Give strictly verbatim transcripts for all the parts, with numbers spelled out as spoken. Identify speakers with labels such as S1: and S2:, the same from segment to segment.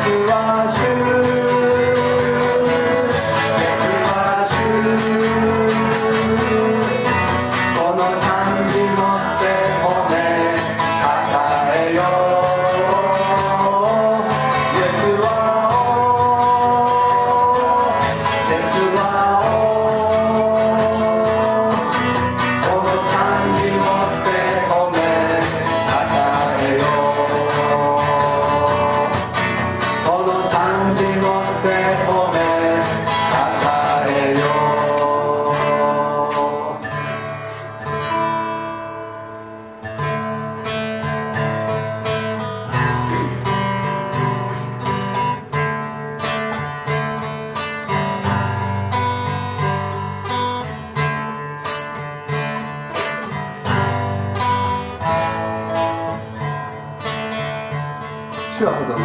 S1: 主はほどの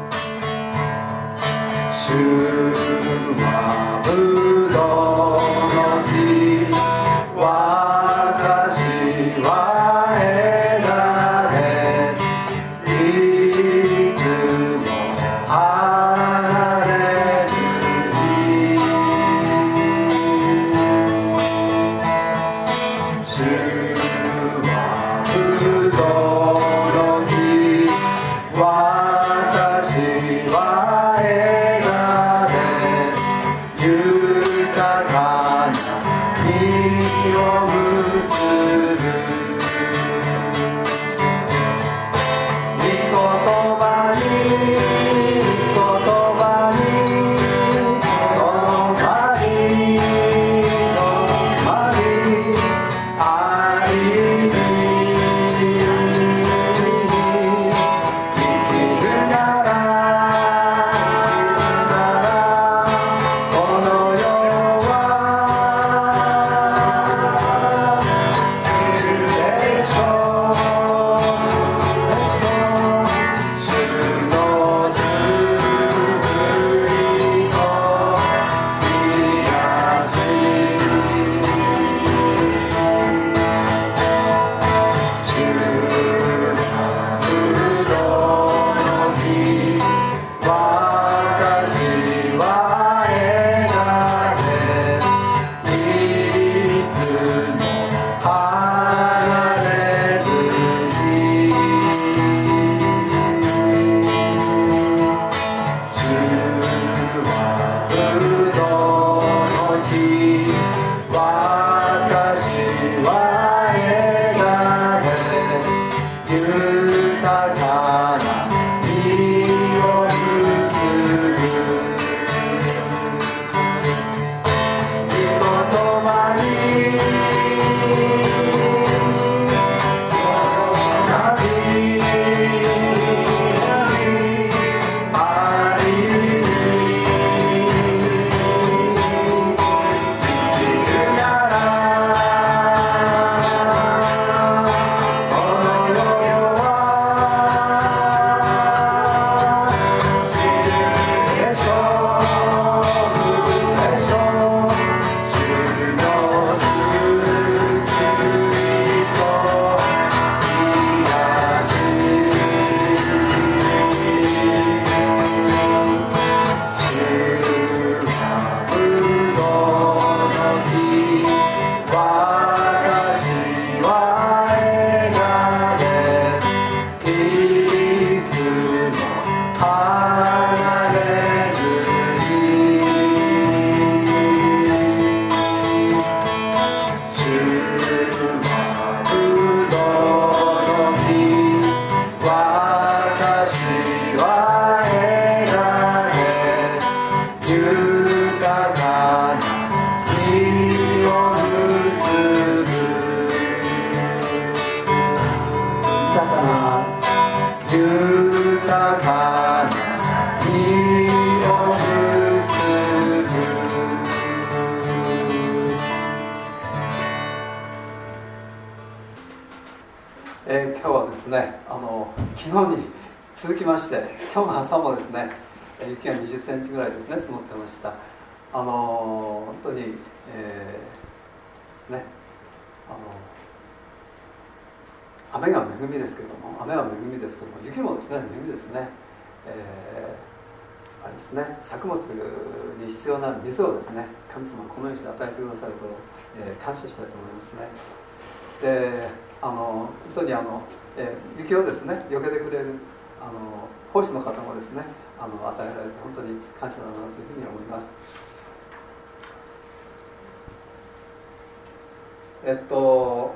S1: 日、主は不動の日、私は枝です。いつも離れずに、主は不動の日、私は枝です。豊かな実を結ぶ。御言葉に御言葉に止まり止まり愛に今日の朝もですね、雪がにじゅっセンチぐらいですね、積もってました。あの本当に、えー、ですね、あの雨が恵みですけども、雨は恵みですけども、雪もですね、恵みですね。えですね、作物に必要な水をですね、神様はこのようにして与えてくださることを、えー、感謝したいと思いますね。で、あの本当にあの、えー、雪をですね避けてくれるあの奉仕の方もですね、あの与えられて本当に感謝だなというふうに思います。えっと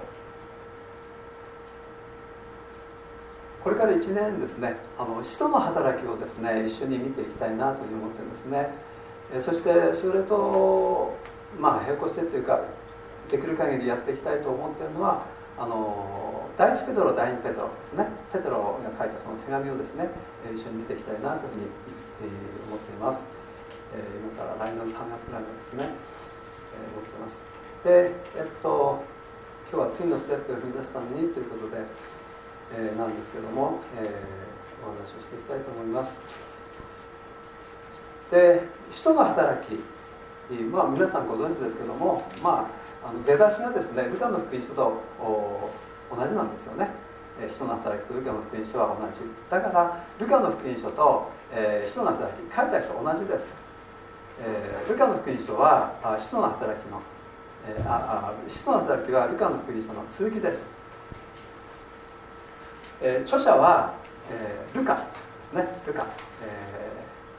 S1: これからいちねんですね、あの使徒の働きをですね一緒に見ていきたいなというふうに思ってるんですね。えそしてそれとまあ並行してというか、できる限りやっていきたいと思っているのは、あの第一ペテロ第二ペテロですね、ペテロが書いたその手紙をですね一緒に見ていきたいなというふうに思っています。今から来年のさんがつぐらいまでですね思っています。で、えっと今日は次のステップを踏み出すためにということで、えー、なんですけども、えー、お話をしていきたいと思います。で、使徒の働き、まあ皆さんご存知ですけども、まあ、あの出だしがですねルカの福音書と同じなんですよね。使徒の働きとルカの福音書は同じだから、ルカの福音書と、えー、使徒の働き書いた人は同じです。えー、ルカの福音書は使徒の働きの、えー、ああ使徒の働きはルカの福音書の続きです。えー、著者は、えー、ルカですね。ルカ、え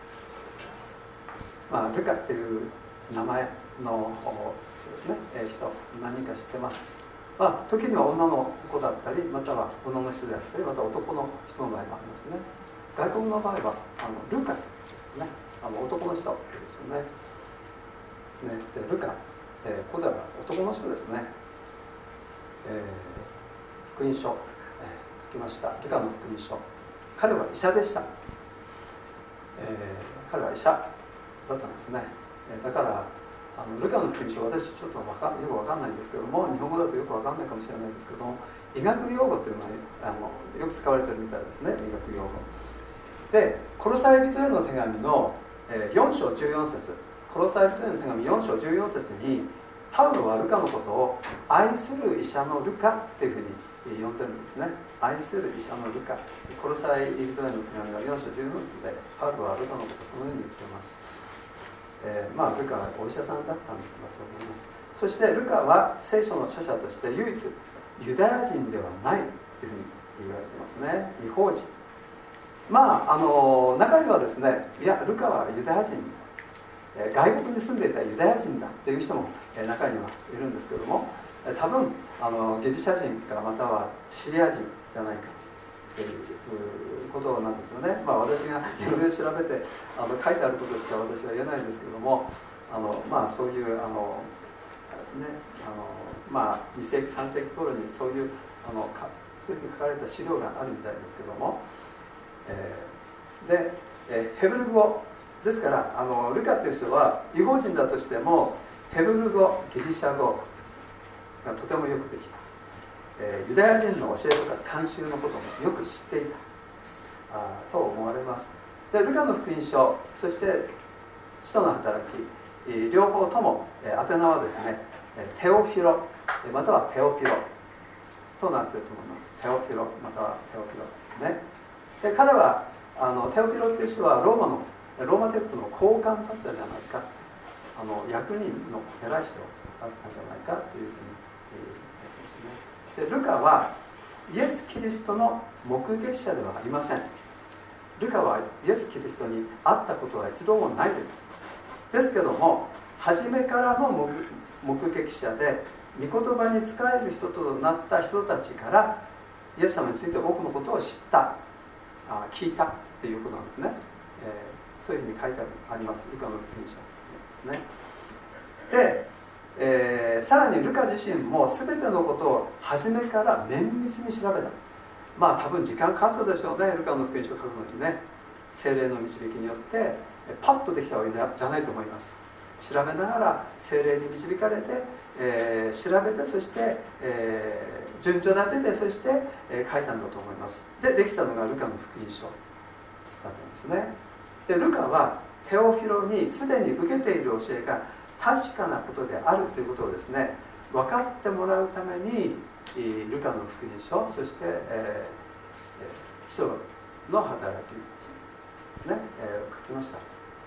S1: ーまあ、ルカっていう名前の人ですね、えー、人何人か知ってます。まあ、時には女の子だったり、または女の人であったり、また男の人の場合もありますね。外国の場合はあのルカスですね、あの男の人ですよね。ですね。でルカ、えー、ここでは男の人ですね。えー、福音書書きました。ルカの福音書。彼は医者でした。えー、彼は医者だったんですね。えー、だからあのルカの福音書、私ちょっとわかよくわかんないんですけども、日本語だとよくわかんないかもしれないですけども、医学用語というのはあのよく使われているみたいですね。医学用語で、コロサイ人への手紙の、えー、よん章じゅうよん節、コロサイ人への手紙よん章じゅうよん節に、パウロはルカのことを愛する医者のルカっていうふうに呼んでるんですね。愛する医者のルカ、コロサイ人への手紙のよん章じゅうよん節で、パウロはルカのことをそのように言っています。えー、まあルカはお医者さんだったんだと思います。そしてルカは聖書の著者として唯一ユダヤ人ではないというふうに言われていますね。異邦人。まああの中にはですね、いやルカはユダヤ人、えー、外国に住んでいたユダヤ人だという人も、えー、中にはいるんですけども、えー、多分あのギリシャ人かまたはシリア人じゃないかということなんですよね。まあ、私がいろいろ調べてあの書いてあることしか私は言えないんですけども、あの、まあ、そういうあのですね、あの、まあ、に世紀さん世紀頃にそういうあのかそういうふうに書かれた資料があるみたいですけども、えー、で、えー、ヘブル語ですから、あのルカという人は異邦人だとしてもヘブル語、ギリシャ語がとてもよくできた。えー、ユダヤ人の教えとか慣習のこともよく知っていたあと思われます。でルカの福音書、そして使徒の働き、えー、両方とも、えー、宛名はですねテオフィロまたはテオフィロとなっていると思います。テオフィロまたはテオフィロですね。で彼はあのテオフィロっていう人はローマのローマ帝国の高官だったじゃないか、あの役人の偉い人だったんじゃないかというふうにでルカはイエス・キリストの目撃者ではありません。ルカはイエス・キリストに会ったことは一度もないです。ですけども初めからの目撃者で御言葉に仕える人となった人たちからイエス様について多くのことを知った、聞いたということなんですね。えー、そういうふうに書いてあります。ルカの福音書ですね。でえー、さらにルカ自身も全てのことを初めから綿密に調べた。まあ多分時間かかったでしょうね。ルカの福音書を書くのにね、聖霊の導きによってパッとできたわけじゃないと思います。調べながら聖霊に導かれて、えー、調べて、そして、えー、順序立てて、そして、えー、書いたんだと思います。でできたのがルカの福音書だったんですね。でルカはテオフィロにすでに受けている教えが確かなことであるということをですね分かってもらうためにルカの福音書、そして、えー、使徒の働きですね、えー、書きました。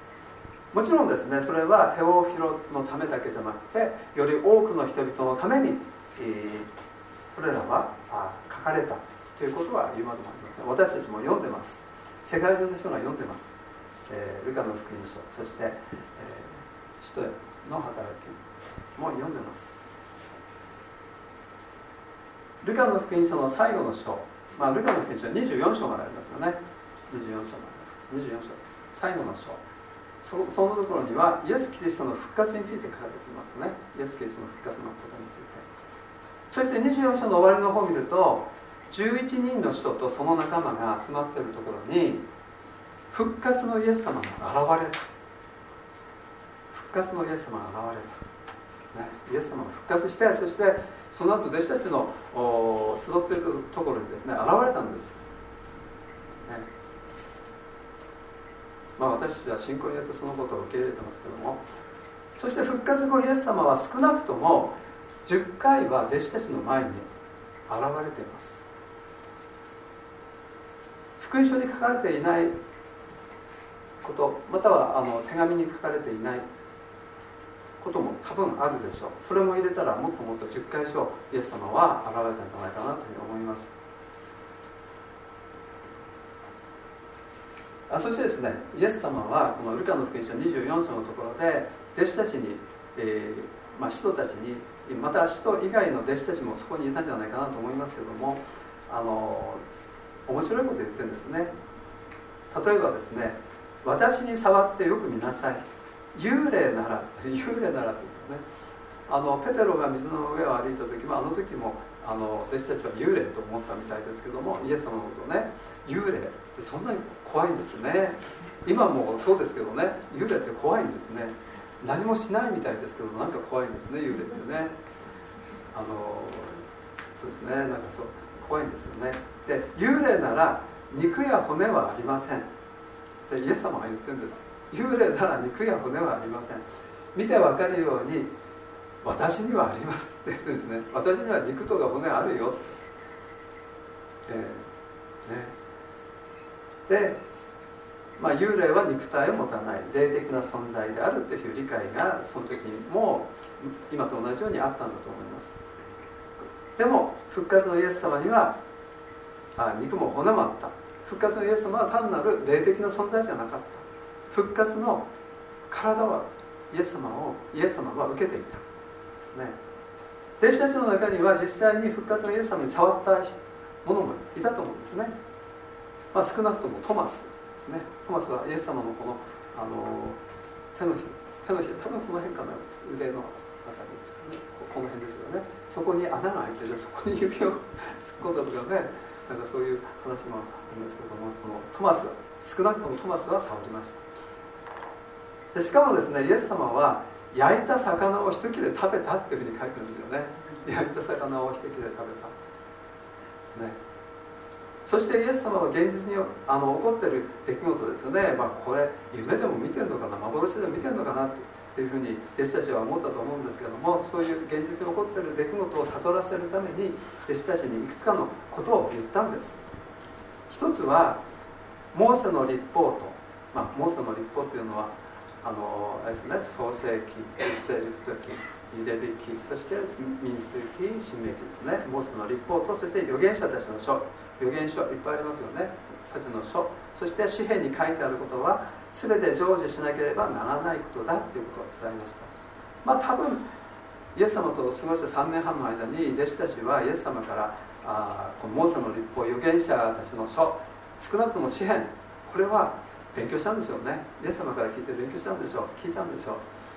S1: もちろんですね、それはテオフィロのためだけじゃなくて、より多くの人々のために、えー、それらはあ書かれたということは言うまでもありません。私たちも読んでます。世界中の人が読んでます。えー、ルカの福音書、そして、えー、使徒の働きも読んでます。ルカの福音書の最後の章、まあ、ルカの福音書はにじゅうよん章までありますよね。にじゅうよん章まで。にじゅうよん章、最後の章。そ, そのところにはイエス・キリストの復活について書かれていますね。イエス・キリストの復活のことについて。そしてにじゅうよん章の終わりの方を見ると、じゅういちにんの人とその仲間が集まっているところに、復活のイエス様が現れた。復活のイエス様が現れたですね。イエス様が復活して、そしてその後弟子たちの集っているところにですね、現れたんです、ね。まあ、私たちは信仰によってそのことを受け入れてますけども、そして復活後イエス様は少なくともじゅっかいは弟子たちの前に現れています。福音書に書かれていないこと、またはあの手紙に書かれていないことも多分あるでしょう。それも入れたらもっともっとじゅっかい以上イエス様は現れたんじゃないかなというふうに思います。あそしてですね、イエス様はこのルカの福音書にじゅうよん章のところで弟子たちに、えーまあ、使徒たちに、また使徒以外の弟子たちもそこにいたんじゃないかなと思いますけども、あの面白いことを言ってるんですね。例えばですね、私に触ってよく見なさい、幽霊なら幽霊ならというね、あのペテロが水の上を歩いた時も、あの時もあの弟子たちは幽霊と思ったみたいですけども、イエス様のことをね、幽霊ってそんなに怖いんですよね。今もそうですけどね、幽霊って怖いんですね。何もしないみたいですけど、なんか怖いんですね、幽霊ってね。あのそうですね、なんかそう怖いんですよね。で、幽霊なら肉や骨はありませんってイエス様が言ってるんです。幽霊なら肉や骨はありません。見てわかるように私にはありますって言ってるんですね。私には肉とか骨あるよ、えーね、で、まあ、幽霊は肉体を持たない霊的な存在であるという理解がその時にも今と同じようにあったんだと思います。でも復活のイエス様にはあ肉も骨もあった。復活のイエス様は単なる霊的な存在じゃなかった。復活の体はイエス様をイエス様は受けていたですね。弟子たちの中には実際に復活のイエス様に触った者もいたと思うんですね。まあ、少なくともトマスですね。トマスはイエス様のこの、あの手のひ手のひら、多分この辺かな、腕のあたりですよね。この辺ですよね。そこに穴が開いてて、そこに指を突っ込んだとかね、なんかそういう話もあるんですけども、そのトマス、少なくともトマスは触りました。でしかもですね、イエス様は焼いた魚を一切れ食べたっていうふうに書いてるんですよね。焼いた魚を一切れ食べたですね。そしてイエス様は現実にあの起こっている出来事ですよね。まあ、これ夢でも見てるのかな、幻でも見てるのかなっていうふうに弟子たちは思ったと思うんですけれども、そういう現実に起こっている出来事を悟らせるために弟子たちにいくつかのことを言ったんです。一つはモーセの律法と、まあ、モーセの律法というのはあのあれですね、創世記、出エジプト記、レビ記、そして民数記、申命記ですね。モーセの律法と、そして預言者たちの書、預言書いっぱいありますよね。たちの書、そして詩篇に書いてあることは全て成就しなければならないことだということを伝えました。まあ多分イエス様と過ごしたさんねんはんの間に弟子たちはイエス様からあこのモーセの律法、預言者たちの書、少なくとも詩篇、これは勉強したんですよね。イエス様から聞いて勉強したんでしょう。聞いたんでしょう。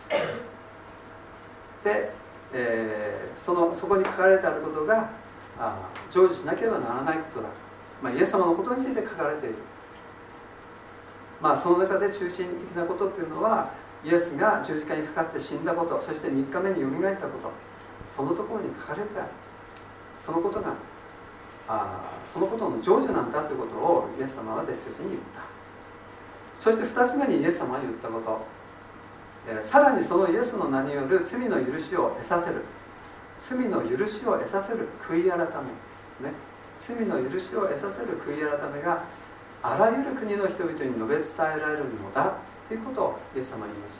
S1: で、えー、そのそこに書かれてあることがあ成就しなければならないことだ、まあ、イエス様のことについて書かれている。まあその中で中心的なことっていうのはイエスが十字架にかかって死んだこと、そしてみっかめによみがえったこと、そのところに書かれてある。そのことがあそのことの成就なんだということをイエス様は弟子たちに言った。そしてふたつめにイエス様が言ったこと、えー、さらにそのイエスの名による罪の許しを得させる、罪の許しを得させる悔い改めですね。罪の許しを得させる悔い改めがあらゆる国の人々に述べ伝えられるのだとということをイエス様は言いました、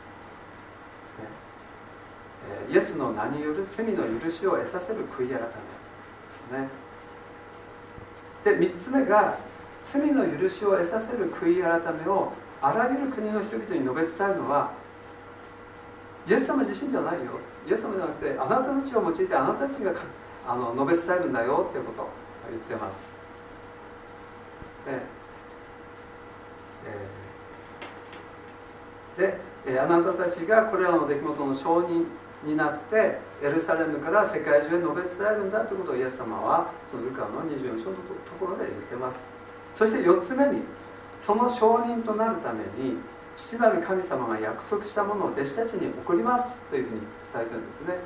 S1: ね、イエスの名による罪の許しを得させる悔い改めですね。でみっつめが、罪の許しを得させる悔い改めをあらゆる国の人々に述べ伝えるのはイエス様自身じゃないよ。イエス様じゃなくて、あなたたちを用いてあなたたちがあの述べ伝えるんだよということを言ってます。で、えー、であなたたちがこれらの出来事の証人になってエルサレムから世界中へ述べ伝えるんだということをイエス様はそのルカのにじゅうよん章のところで言ってます。そしてよっつめに、その証人となるために父なる神様が約束したものを弟子たちに送りますというふうに伝えてるんですね。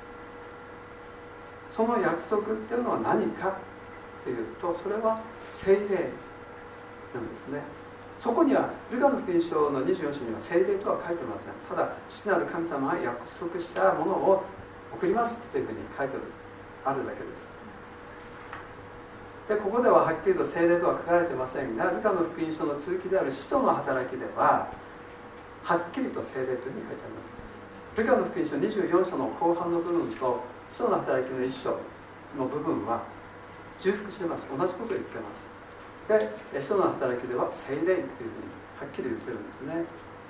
S1: その約束っていうのは何かというと、それは聖霊なんですね。そこにはルカの福音書のにじゅうよん章には聖霊とは書いてません。ただ父なる神様が約束したものを送りますというふうに書いてあるだけです。でここでははっきりと聖霊とは書かれてませんが、ルカの福音書の続きである使徒の働きでははっきりと聖霊というふうに書いてあります。ルカの福音書にじゅうよん章の後半の部分と使徒の働きのいっ章の部分は重複しています。同じことを言っています。で使徒の働きでは聖霊というふうにはっきり言ってるんですね。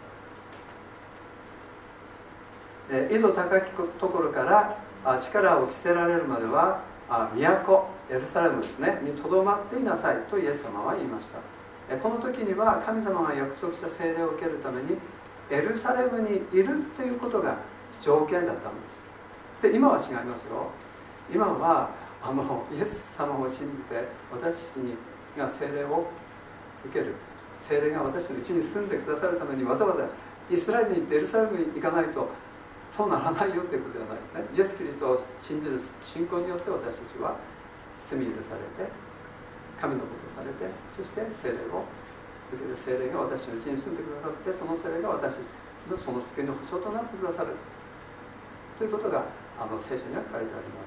S1: 井戸高きところから力を着せられるまでは都エルサレムですねにとどまっていなさいとイエス様は言いました。この時には神様が約束した聖霊を受けるためにエルサレムにいるということが条件だったんです。で今は違いますよ。今はあのイエス様を信じて私たちにが聖霊を受ける、聖霊が私のうちに住んでくださるためにわざわざイスラエルに行ってエルサレムに行かないとそうならないよということじゃないですね。イエス・キリストを信じる信仰によって私たちは罪許されて神のことをされて、そして聖霊を受けて聖霊が私のうちに住んでくださって、その聖霊が私たちのその救いの保証となってくださるということがあの聖書には書かれてあります。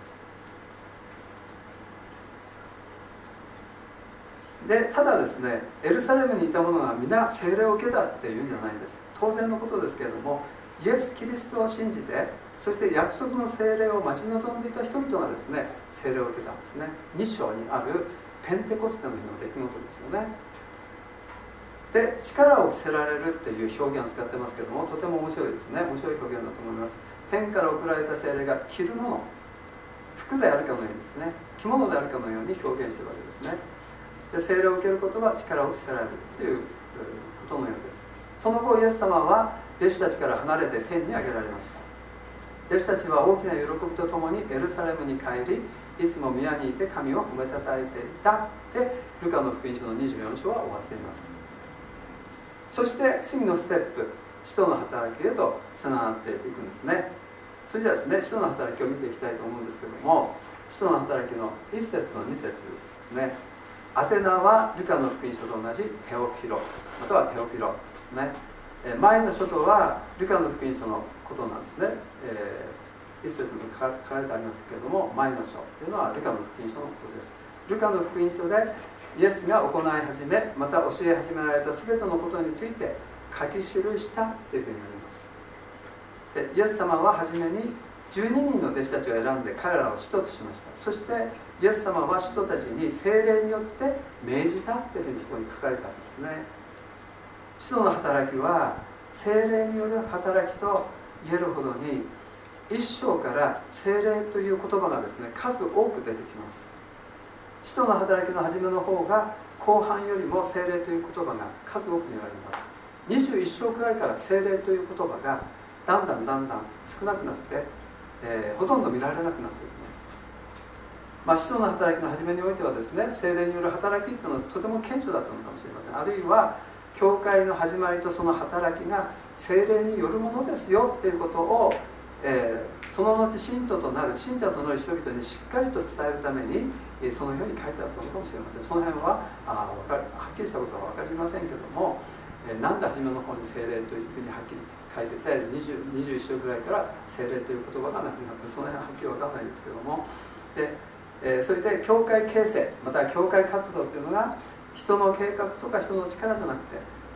S1: でただですね、エルサレムにいた者が皆聖霊を受けたっていうんじゃないんです。当然のことですけれども、イエス・キリストを信じて、そして約束の聖霊を待ち望んでいた人々がですね、聖霊を受けたんですね。に章にあるペンテコステの日の出来事ですよね。で力を着せられるっていう表現を使ってますけども、とても面白いですね。面白い表現だと思います。天から送られた聖霊が着るもの、服であるかのようにですね、着物であるかのように表現しているわけですね。で聖霊を受けることは力を着せられるということのようです。その後イエス様は弟子たちから離れて天に上げられました。弟子たちは大きな喜びとともにエルサレムに帰り、いつも宮にいて神を褒めたたえていたでルカの福音書のにじゅうよん章は終わっています。そして次のステップ、使徒の働きへとつながっていくんですね。それじゃあですね、使徒の働きを見ていきたいと思うんですけども、使徒の働きのいっ節のに節ですね。アテナはルカの福音書と同じテオフィロ、またはテオフィロですね。前の書とはルカの福音書のことなんですね。えー、一節に書かれてありますけれども、前の書というのはルカの福音書のことです。ルカの福音書でイエスが行い始め、また教え始められた全てのことについて書き記したというふうになります。でイエス様は初めにじゅうににんの弟子たちを選んで彼らを使徒としました。そしてイエス様は使徒たちに聖霊によって命じたというふうにそこに書かれてあるんですね。使徒の働きは聖霊による働きと言えるほどに、一章から聖霊という言葉がですね、数多く出てきます。使徒の働きの初めの方が後半よりも聖霊という言葉が数多く見られます。にじゅういっ章くらいから聖霊という言葉がだんだんだんだん少なくなって、えー、ほとんど見られなくなっていきます。まあ、使徒の働きの初めにおいてはですね、聖霊による働きというのはとても顕著だったのかもしれません。あるいは教会の始まりとその働きが聖霊によるものですよということを、えー、その後信徒となる信者となる人々にしっかりと伝えるために、えー、そのように書いてあったのかもしれません。その辺はあわかるはっきりしたことは分かりませんけども、えー、なんで初めの方に聖霊というふうにはっきり書いてて 20, にじゅういっ章ぐらいから聖霊という言葉がなくなって、その辺ははっきり分からないですけども、で、えー、それで教会形成または教会活動というのが人の計画とか人の力じゃなくて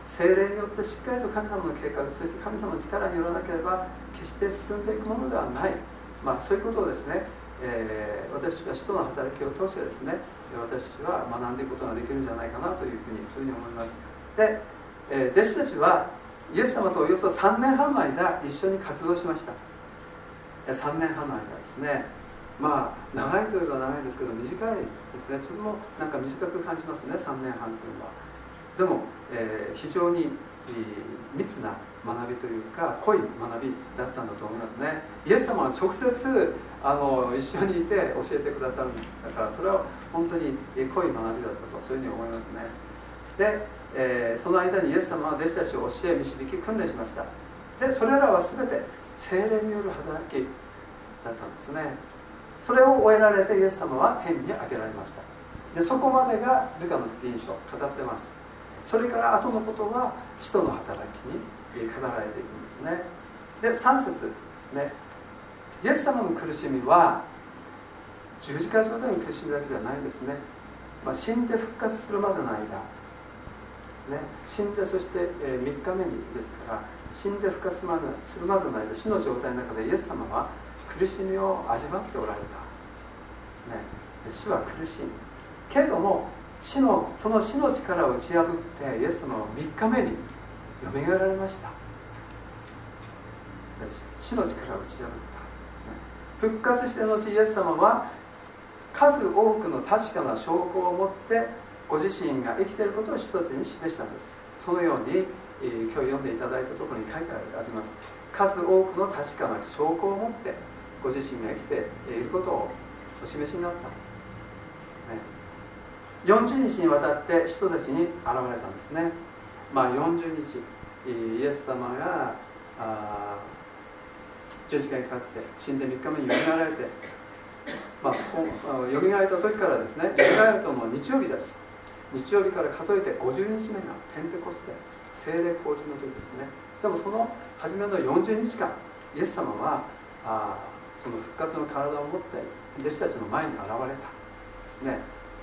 S1: 聖霊によってしっかりと神様の計画、そして神様の力によらなければ決して進んでいくものではない、まあ、そういうことをですね、えー、私は使徒の働きを通してですね、私は学んでいくことができるんじゃないかなというふうにそういうふうに思います。で、えー、弟子たちはイエス様とおよそさんねんはんの間一緒に活動しました。さんねんはんの間ですね、まあ長いといえば長いですけど短いですね。とてもなんか短く感じますね、さんねんはんというのは。でも、えー、非常に、えー、密な学びというか濃い学びだったんだと思いますね。イエス様は直接あの一緒にいて教えてくださるんだから、それは本当に濃い学びだったとそういうふうに思いますね。で、えー、その間にイエス様は弟子たちを教え導き訓練しました。でそれらは全て聖霊による働きだったんですね。それを終えられてイエス様は天に上げられました。でそこまでがルカの福音書を語ってます。それから後のことは使徒の働きに語られていくんですね。でさん節ですね、イエス様の苦しみは十字架上での苦しみだけではないんですね。まあ、死んで復活するまでの間、ね、死んでそしてみっかめにですから死んで復活するまでの間、死の状態の中でイエス様は苦しみを味わっておられたですね。で主は苦しいけれども死のその死の力を打ち破ってイエス様はみっかめによみがえられました。死の力を打ち破ったですね。復活しての後イエス様は数多くの確かな証拠を持ってご自身が生きていることを人たちに示したんです。そのように、えー、今日読んでいただいたところに書いてあります。数多くの確かな証拠を持ってご自身が生きていることをお示しになったんですね。よんじゅうにちにわたって人たちに現れたんですね。まあよんじゅうにちイエス様があ十字架にかかって死んでみっかめによみがえられて、まあ、そこよみがえった時からですね、よみがえるとの日曜日です。日曜日から数えてごじゅうにちめがペンテコステ、聖霊降臨の時ですね。でもその初めのよんじゅうにちかんイエス様はあその復活の体を持って弟子たちの前に現れたですね。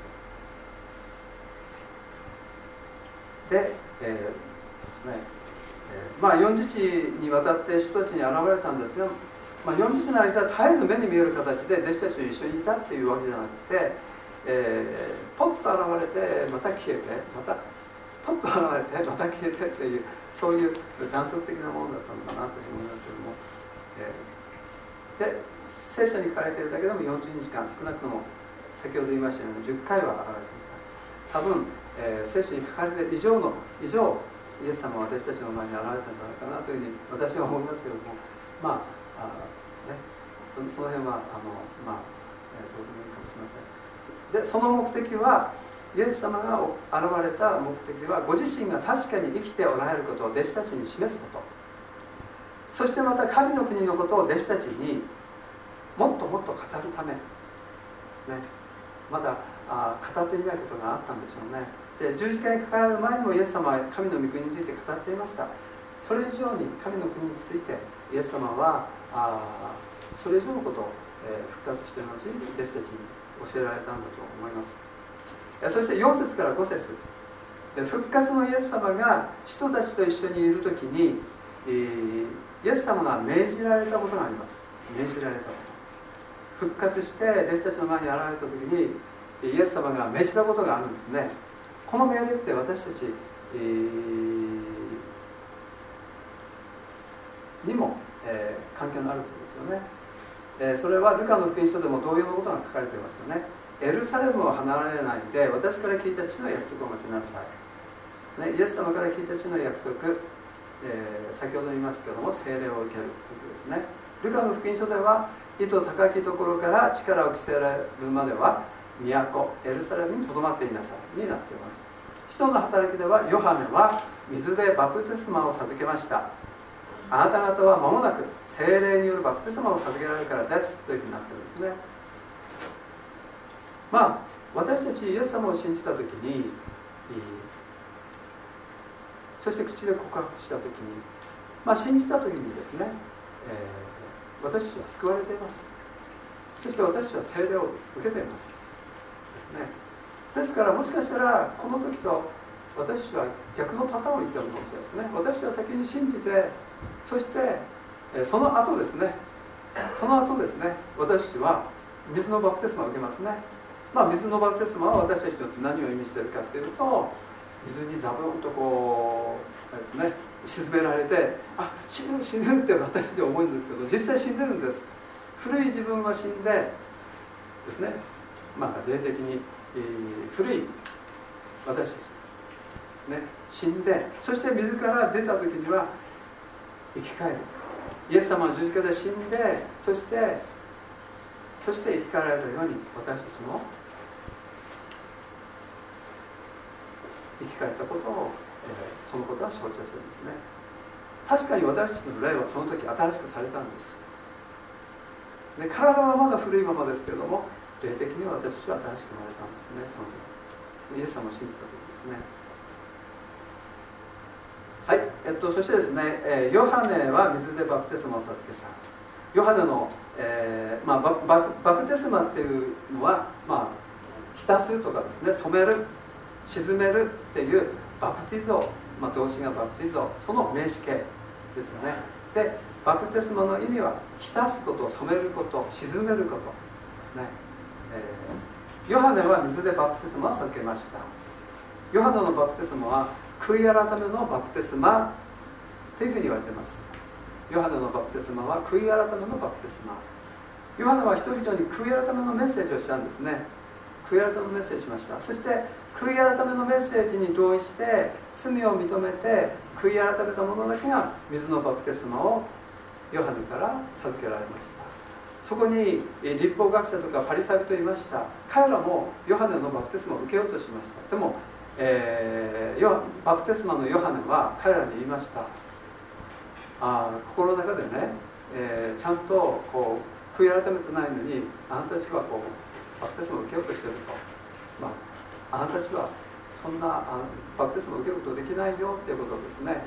S1: で、えーですねえー、まあよんじゅうにちにわたって人たちに現れたんですが、まあ、よんじゅうにちの間絶えず目に見える形で弟子たちと一緒にいたっていうわけじゃなくて、えー、ポッと現れてまた消えてまたポッと現れてまた消えてっていうそういう断続的なものだったのかなと思いますけども、えー、で聖書に書かれているだけでもよんじゅうにちかん少なくとも先ほど言いましたようにじゅっかいは現れていた。多分、えー、聖書に書かれている以上の以上イエス様は私たちの前に現れたんじゃないかなというふうに私は思いますけれども、まあ、あね、そ, その辺はあの、まあえー、どうでもいいかもしれません。でその目的はイエス様が現れた目的はご自身が確かに生きておられることを弟子たちに示すこと、そしてまた神の国のことを弟子たちにもっともっと語るためですね。まだあ語っていないことがあったんでしょうね。で十字架にかかる前にもイエス様は神の御国について語っていました。それ以上に神の国についてイエス様はあそれ以上のことを、えー、復活している後に弟子たちに教えられたんだと思います。そしてよん節からご節で復活のイエス様が人たちと一緒にいるときに、えー、イエス様が命じられたことがあります。命じられたこと、復活して弟子たちの前に現れたときにイエス様が命じたことがあるんですね。この命令って私たち、えー、にも、えー、関係のあることですよね。えー、それはルカの福音書でも同様のことが書かれていましたね。エルサレムを離れないで私から聞いた地の約束を待ちなさい、ね、イエス様から聞いた地の約束、えー、先ほど言いましたけども聖霊を受けるということですね。ルカの福音書では意図高きところから力を着せられるまでは都エルサレムにとどまっていなさいになっています。使徒の働きではヨハネは水でバプテスマを授けました。あなた方は間もなく聖霊によるバプテスマを授けられるからですというふうになっているんですね。まあ私たちイエス様を信じたときに、そして口で告白したときに、まあ信じたときにですね、えー、私たちは救われています。そして私たちは聖霊を受けていますですね。ですからもしかしたらこの時と私は逆のパターンを言ったのかもしれないですね。私は先に信じて、そしてその後ですねその後ですね私は水のバプテスマを受けますね。まあ、水のバプテスマは私たちにとって何を意味しているかというと、水にザブンとこうですね沈められて、あ、死ぬ死ぬって私たちは思うんですけど、実際死んでるんです。古い自分は死んでですね、まあ、霊的に、えー、古い私たちですね、死んで、そして水から出た時には生き返る。イエス様は十字架で死んで、そしてそして生き返られたように、私たちも生き返ったことを、えー、そのことは象徴してるんですね。確かに私たちの霊はその時新しくされたんです。ですね、体はまだ古いままですけれども、霊的には私たちは新しく生まれたんですね。その時イエス様を信じた時ですね。はい、えっと、そしてですね、えー、ヨハネは水でバプテスマを授けた。ヨハネの、えーまあ、バ, バ, バプテスマっていうのは、まあ、浸すとかですね、染める、沈めるっていうバプティゾ、まあ、動詞がバプティゾ、その名詞形ですよね。で、バプテスマの意味は浸すこと、染めること、沈めることですね。えー、ヨハネは水でバプテスマを授けました。ヨハネのバプテスマは悔い改めのバプテスマというふうに言われています。ヨハネのバプテスマは悔い改めのバプテスマ。ヨハネは人々に悔い改めのメッセージをしたんですね。悔い改めのメッセージしました。そして悔い改めのメッセージに同意して罪を認めて悔い改めた者だけが水のバプテスマをヨハネから授けられました。そこに律法学者とかパリサイ人いました。彼らもヨハネのバプテスマを受けようとしました。でも、えー、バプテスマのヨハネは彼らに言いました。あ、心の中でね、えー、ちゃんとこう悔い改めてないのに、あなたたちはこうバプテスマを受けようとしていると、まあ、あなたたちはそんなあバプテスマを受けることできないよっていうことをですね、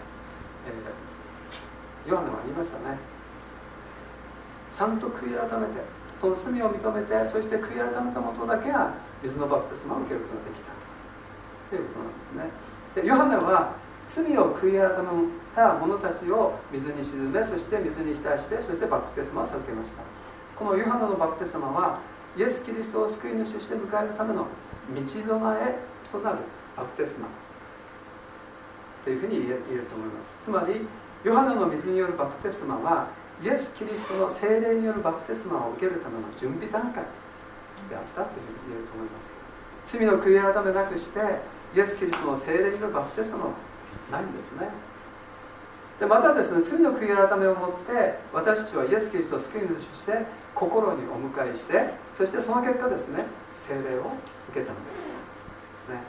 S1: えー、ヨハネは言いましたね。ちゃんと悔い改めて、その罪を認めて、そして悔い改めた者だけが水のバプテスマを受けることができたということなんですね。で、ヨハネは罪を悔い改めた者たちを水に沈め、そして水に浸して、そしてバプテスマを授けました。このヨハネのバプテスマはイエス・キリストを救い主として迎えるための道備えとなるバプテスマというふうに言えると思います。つまりヨハネの水によるバプテスマはイエス・キリストの聖霊によるバプテスマを受けるための準備段階であったというふうに言えると思います。罪の悔い改めなくしてイエス・キリストの聖霊によるバプテスマはないんですね。でまたですね、罪の悔い改めをもって私たちはイエス・キリストを救い主として心にお迎えして、そしてその結果ですね、聖霊を受けたんです、ね、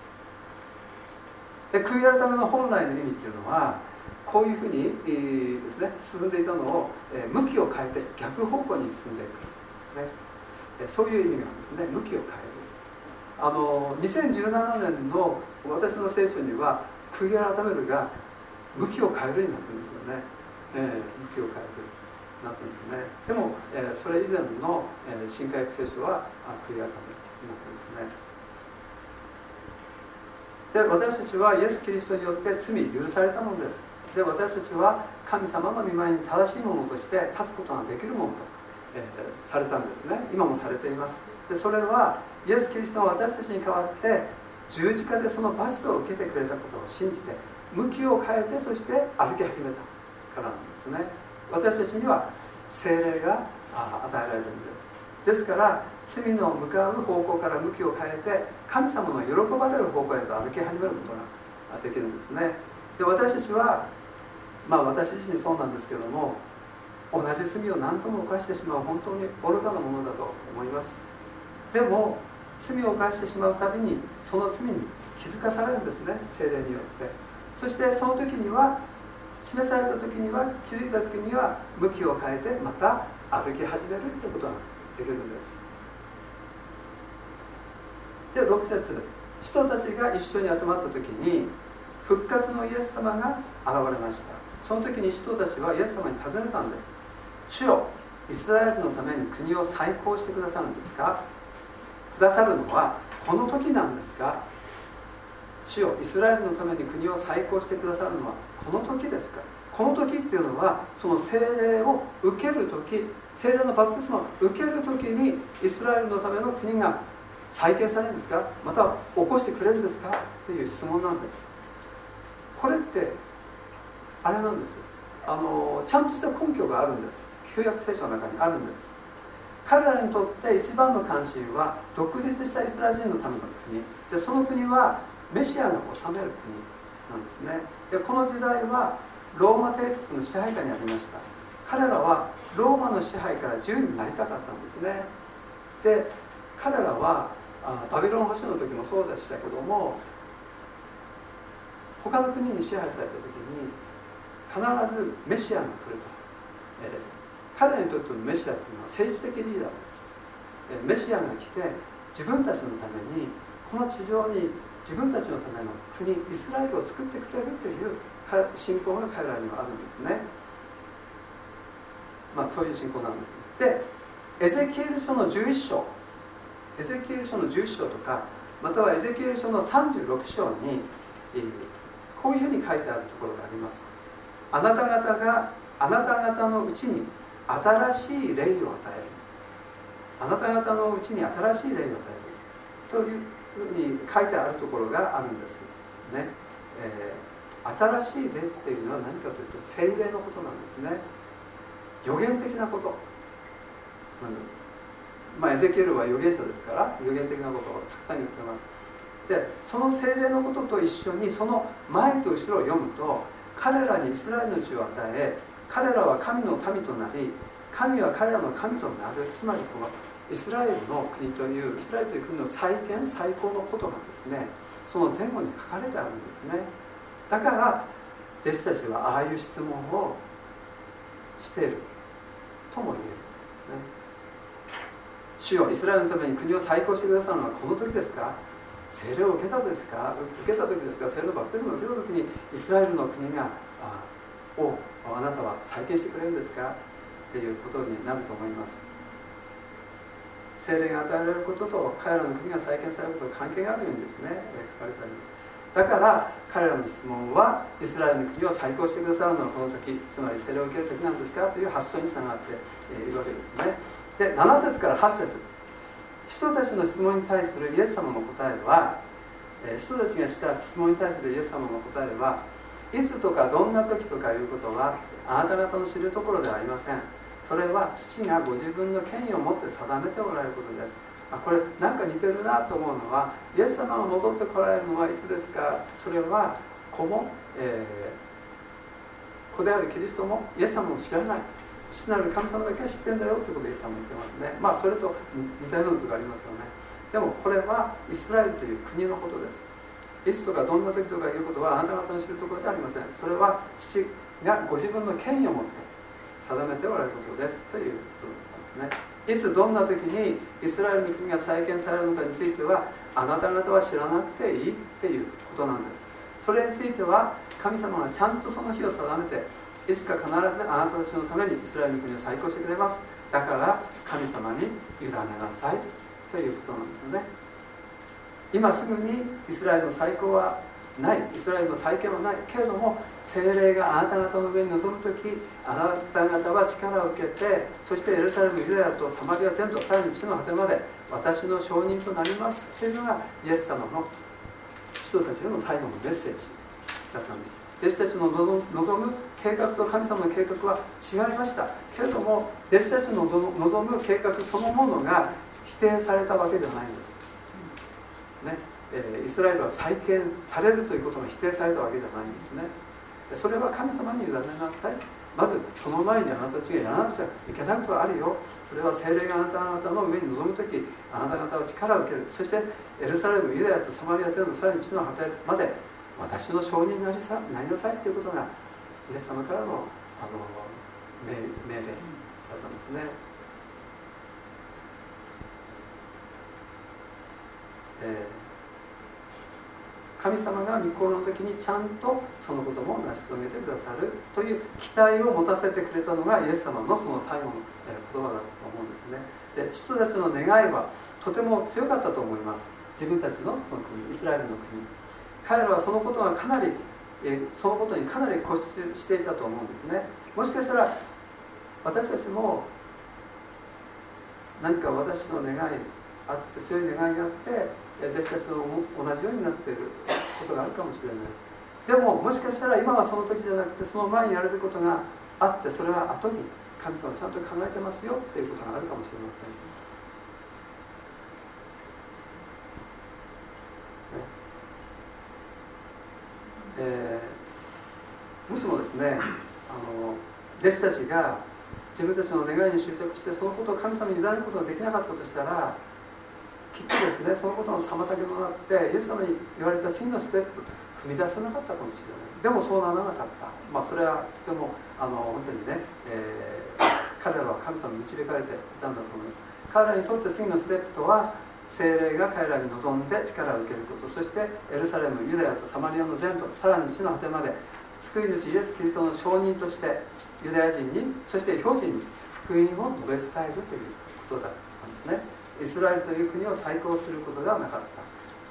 S1: で悔い改めの本来の意味っていうのはこういうふうに、えー、ですね、進んでいたのを、えー、向きを変えて逆方向に進んでいく、ね、そういう意味なんですね。向きを変える。あのにせんじゅうななねんの私の聖書には悔い改めるが向きを変えるになってるんですよね、えー、向きを変えるになってるんですね。でも、えー、それ以前の、えー、新海約聖書は悔い改めになってるんですね。で私たちはイエス・キリストによって罪許されたものです。で私たちは神様の御前に正しいものとして立つことができるものと、えー、されたんですね。今もされています。でそれはイエス・キリストが私たちに代わって十字架でその罰を受けてくれたことを信じて向きを変えて、そして歩き始めたからなんですね。私たちには聖霊が与えられるんです。ですから罪の向かう方向から向きを変えて神様の喜ばれる方向へと歩き始めることができるんですね。で私たちはまあ私自身そうなんですけれども、同じ罪を何とも犯してしまう本当に愚かなものだと思います。でも罪を犯してしまうたびにその罪に気づかされるんですね、聖霊によって。そしてその時には示された時には気づいた時には向きを変えてまた歩き始めるということができるんです。でろく節、人たちが一緒に集まった時に復活のイエス様が現れました。その時に人たちはイエス様に尋ねたんです。主よ、イスラエルのために国を再興してくださるんですか？くださるのはこの時なんですか？ 主よイスラエルのために国を再興してくださるのはこの時ですか。この時っていうのはその聖霊を受ける時、聖霊のバプテスマを受ける時にイスラエルのための国が再建されるんですか、また起こしてくれるんですかという質問なんです。これってあれなんです。あのちゃんとした根拠があるんです。旧約聖書の中にあるんです。彼らにとって一番の関心は独立したイスラエル人のための国で、その国はメシアが治める国なんですね。でこの時代はローマ帝国の支配下にありました。彼らはローマの支配から自由になりたかったんですね。で彼らはあバビロン捕囚の時もそうでしたけども、他の国に支配された時に必ずメシアが来ると、えー、彼らにとってのメシアというのは政治的リーダーです。えー、メシアが来て自分たちのためにこの地上に自分たちのための国イスラエルを作ってくれるという信仰が彼らにはあるんですね。まあそういう信仰なんです。でエゼキエル書のじゅういっ章、エゼキエル書のじゅういっ章とかまたはエゼキエル書のさんじゅうろく章に、えー、こういうふうに書いてあるところがあります。あなた方があなた方のうちに新しい霊を与える、あなた方のうちに新しい霊を与えるというふうに書いてあるところがあるんですね。えー新しい霊っていうのは何かというと聖霊のことなんですね。予言的なこと。まあエゼキエルは預言者ですから予言的なことをたくさん言ってます。でその聖霊のことと一緒にその前と後ろを読むと、彼らにイスラエルの地を与え、彼らは神の民となり、神は彼らの神となる。つまりこのイスラエルの国というイスラエルという国の再建再興のことがですね、その前後に書かれてあるんですね。だから弟子たちはああいう質問をしているとも言えるんですね。主よイスラエルのために国を再興してくださるのはこの時ですか、聖霊を受けた時ですか、受けた時ですか、聖霊のバプテスマを受けた時にイスラエルの国があをあなたは再建してくれるんですかっていうことになると思います。聖霊が与えられることと彼らの国が再建されることと関係があるようにですね、書かれてあります。だから彼らの質問はイスラエルの国を再興してくださるのはこの時、つまり聖霊を受ける時なんですかという発想につながっているわけですね。でなな節からはち節、使徒たちの質問に対するイエス様の答えは、使徒たちがした質問に対するイエス様の答えは、いつとかどんな時とかいうことはあなた方の知るところではありません。それは父がご自分の権威を持って定めておられることです。これなんか似てるなと思うのは、イエス様が戻ってこられるのはいつですか。それは子も、えー、子であるキリストもイエス様も知らない、父なる神様だけは知ってんだよということをイエス様言ってますね。まあそれと似たようなことがありますよね。でもこれはイスラエルという国のことです。いつとかどんな時とかいうことはあなた方の知るところではありません。それは父がご自分の権威を持って定めておられることですということなんですね。いつどんな時にイスラエルの国が再建されるのかについてはあなた方は知らなくていいっていうことなんです。それについては神様がちゃんとその日を定めて、いつか必ずあなたたちのためにイスラエルの国を再興してくれます。だから神様に委ねなさいということなんですよね。今すぐにイスラエルの再興はない、イスラエルの再建はないけれども、聖霊があなた方の上に臨むとき、あなた方は力を受けて、そしてエルサレム、ユダヤとサマリア全土、さらに地の果てまで私の証人となりますというのがイエス様の使徒たちへの最後のメッセージだったんです。弟子たちの望む計画と神様の計画は違いましたけれども、弟子たちの望む計画そのものが否定されたわけじゃないんですね。イスラエルは再建されるということが否定されたわけじゃないんですね。それは神様に委ねなさい。まずその前にあなたたちがやらなくちゃいけないことはあるよ。それは聖霊があなた方の上に臨むとき、あなた方は力を受ける。そしてエルサレム、ユダヤとサマリア全土、さらに地の果てまで私の証人になりさなりなさいということがイエス様からの、あの命令だったんですね。えー神様が御心の時にちゃんとそのことも成し遂げてくださるという期待を持たせてくれたのがイエス様のその最後の言葉だったと思うんですね。で、人たちの願いはとても強かったと思います。自分たちのその国、イスラエルの国、 彼らはそのことがかなりそのことにかなり固執していたと思うんですね。もしかしたら私たちも何か私の願いあって強い願いがあって弟子たちと同じようになっていることがあるかもしれない。でももしかしたら今はその時じゃなくてその前にやるべきことがあって、それは後に神様はちゃんと考えてますよっていうことがあるかもしれません。えー、もしもですね、あの弟子たちが自分たちの願いに執着してそのことを神様に委ねることができなかったとしたら、きっとですねそのことの妨げとなってイエス様に言われた次のステップ踏み出せなかったかもしれない。でもそうならなかった、まあ、それはとてもあの本当にね、えー、彼らは神様に導かれていたんだと思います。彼らにとって次のステップとは聖霊が彼らに望んで力を受けること、そしてエルサレム、ユダヤとサマリアの全土、さらに地の果てまで救い主イエス・キリストの証人としてユダヤ人に、そして標人に福音を述べ伝えるということだったんですね。イスラエルという国を再興することがなかった。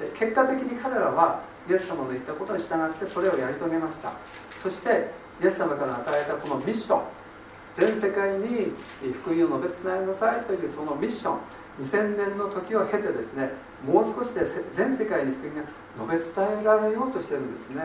S1: で結果的に彼らはイエス様の言ったことに従ってそれをやり遂げました。そしてイエス様から与えたこのミッション、全世界に福音を述べ伝えなさいというそのミッション、にせんねんの時を経てですね、もう少しで全世界に福音が述べ伝えられようとしてるんですね。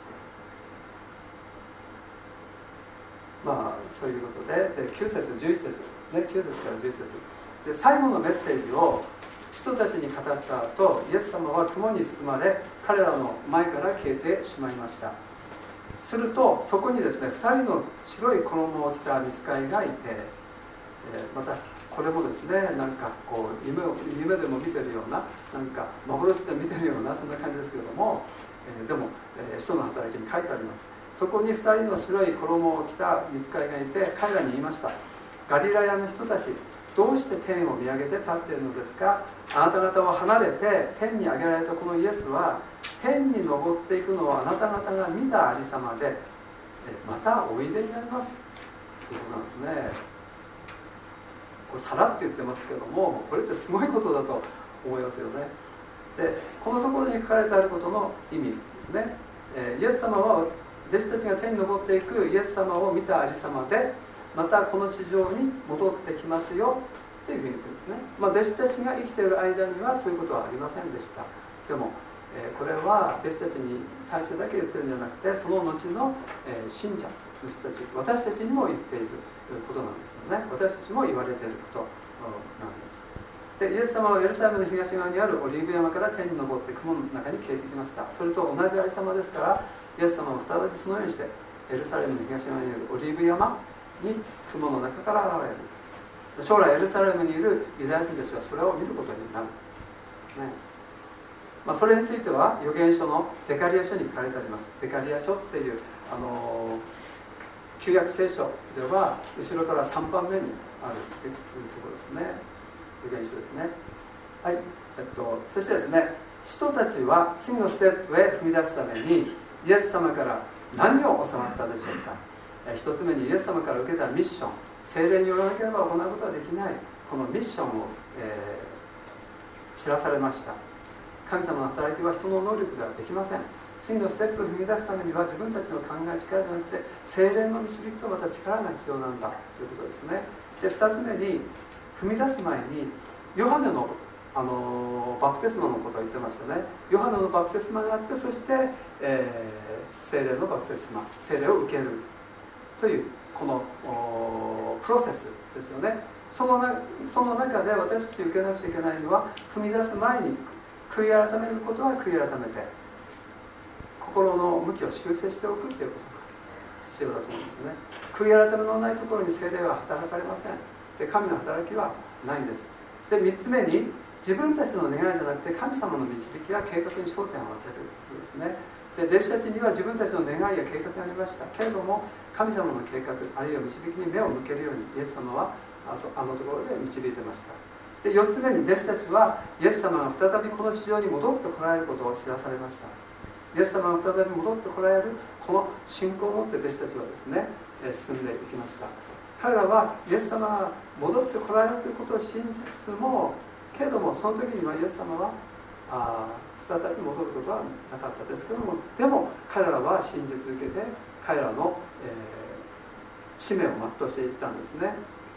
S1: まあそういうことで、できゅう節じゅういち節ですね、きゅう節からじゅういち節で最後のメッセージを人たちに語った後、イエス様は雲に包まれ彼らの前から消えてしまいました。するとそこにですねふたりの白い衣を着た御使いがいて、えー、またこれもですねなんかこう 夢, を夢でも見てるような、なんか幻で見てるようなそんな感じですけれども、えー、でも、えー、使徒の働きに書いてあります。そこにふたりの白い衣を着た御使いがいて彼らに言いました。ガリラヤの人たち、どうして天を見上げて立っているのですか。あなた方を離れて天に上げられたこのイエスは天に昇っていくのをあなた方が見たありさまでまたおいでになりますということなんですね。これさらって言ってますけども、これってすごいことだと思いますよね。でこのところに書かれてあることの意味ですね、えー、イエス様は弟子たちが天に昇っていくイエス様を見たありさまでまたこの地上に戻ってきますよというふうに言ってるんですね。まあ、弟子たちが生きている間にはそういうことはありませんでした。でも、えー、これは弟子たちに対してだけ言ってるんじゃなくて、その後の、えー、信者の人たち、私たちにも言っていることなんですよね。私たちも言われていることなんです。でイエス様はエルサレムの東側にあるオリーブ山から天に昇って雲の中に消えてきました。それと同じありさまですから、イエス様は再びそのようにしてエルサレムの東側にあるオリーブ山に雲の中から現れる。将来エルサレムにいるユダヤ人たちはそれを見ることになるんですね。まあ、それについては預言書のゼカリヤ書に書かれてあります。ゼカリヤ書っていう、あのー、旧約聖書では後ろからさんばんめにあるというところですね。預言書ですね。はい、えっと、そしてですね、使徒たちは次のステップへ踏み出すためにイエス様から何を教わったでしょうか。一つ目にイエス様から受けたミッション、聖霊によらなければ行うことはできないこのミッションを、えー、知らされました。神様の働きは人の能力ではできません。次のステップを踏み出すためには自分たちの考え力じゃなくて聖霊の導きとまた力が必要なんだということですね。でふたつめに踏み出す前にヨハネの、あのー、バプテスマのことを言ってましたね。ヨハネのバプテスマがあって、そして、えー、聖霊のバプテスマ、聖霊を受けるというこのプロセスですよね。そのなその中で私たち受けなくちゃいけないのは、踏み出す前に悔い改めることは悔い改めて心の向きを修正しておくということが必要だと思うんですね。悔い改めのないところに聖霊は働かれません。で神の働きはないんです。でみっつめに自分たちの願いじゃなくて神様の導きや計画に焦点を合わせるということですね。で弟子たちには自分たちの願いや計画がありましたけれども、神様の計画あるいは導きに目を向けるようにイエス様はあのところで導いてました。でよっつめに弟子たちはイエス様が再びこの地上に戻ってこられることを知らされました。イエス様が再び戻ってこられるこの信仰を持って弟子たちはですね進んでいきました。彼らはイエス様が戻ってこられるということを信じつつも、けれどもその時にはイエス様はあ再び戻ることはなかったですけども、でも彼らは信じ続けて彼らの、えー、使命を全うしていったんですね。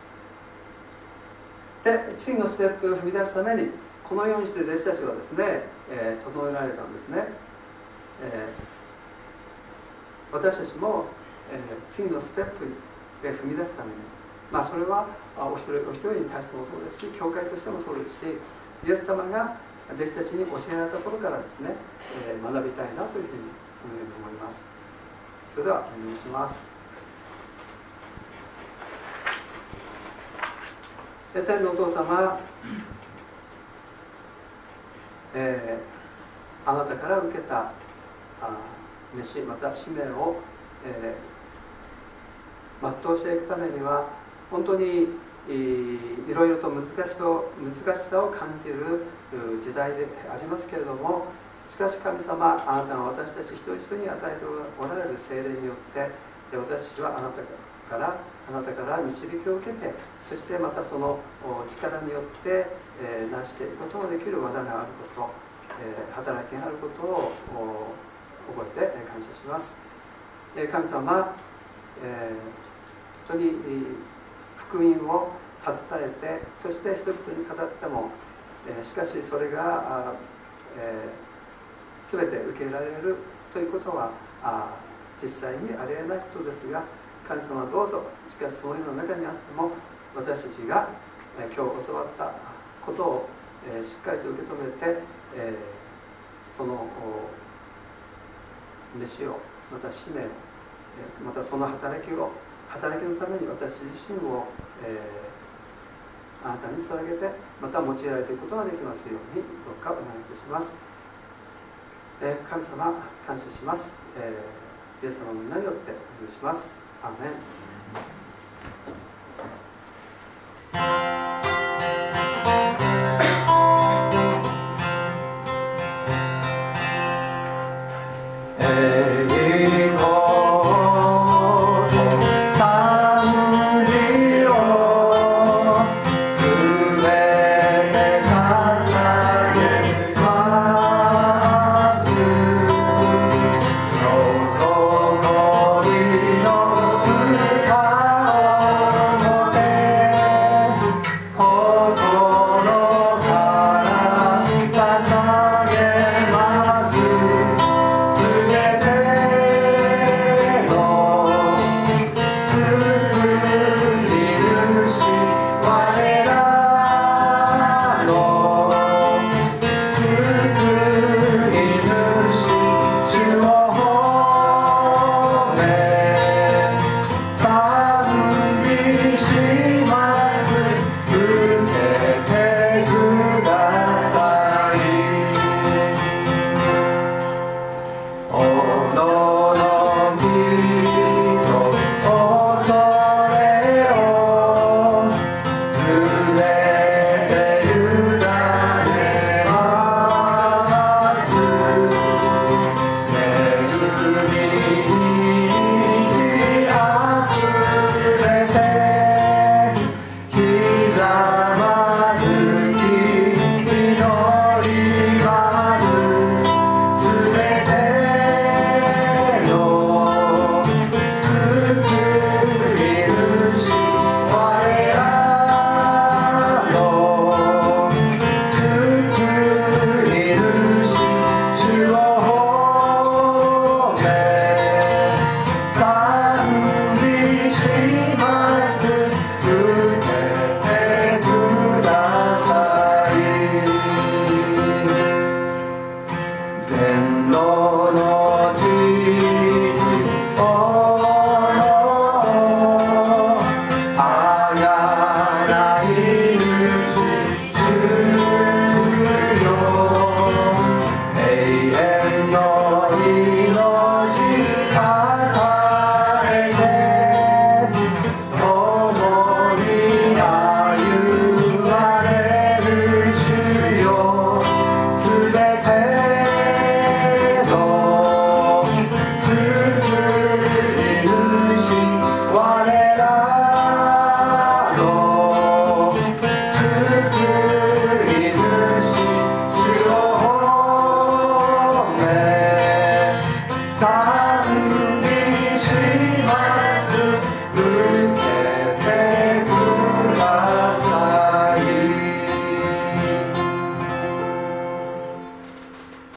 S1: で次のステップを踏み出すためにこのようにして弟子たちはですね、えー、整えられたんですね。えー、私たちも、えー、次のステップへ踏み出すために、まあ、それはお一人お一人に対してもそうですし、教会としてもそうですし、イエス様が弟子たちに教えられた頃からですね、えー、学びたいなというふうにそのように思います。それではお願いします。天のお父様、えー、あなたから受けたあ飯また使命を、えー、全うしていくためには本当にいろいろと難しを難しさを感じる時代でありますけれども、しかし神様、あなたが私たち一人一人に与えておられる聖霊によって私たちはあなたからあなたから導きを受けて、そしてまたその力によって、えー、成していくことのできる技があること、えー、働きがあることを覚えて感謝します。えー、神様、えー、本当に福音を携えて、そして人々に語っても、えー、しかしそれが、えー、全て受け入れられるということはあ実際にありえないことですが、神様どうぞ、しかしそういうの中にあっても私たちが、えー、今日教わったことを、えー、しっかりと受け止めて、えー、その飯をまた使命を、えー、またその働きを働きのために私自身を、えー、あなたに捧げてまた用いられていくことができますようにどうかお願いいたします。えー、神様感謝します。えー、イエス様の皆によってお願いします。アーメン。